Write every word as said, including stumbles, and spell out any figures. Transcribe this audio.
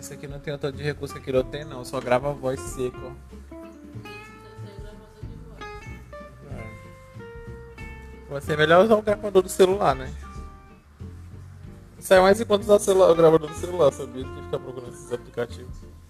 Isso aqui não tem o tanto de recurso que aquilo tem, não. Só grava a voz seco. Vai ser melhor usar o gravador do celular, né? Sai mais enquanto usar o, celular, o gravador do celular, sabia? Do que ficar procurando esses aplicativos.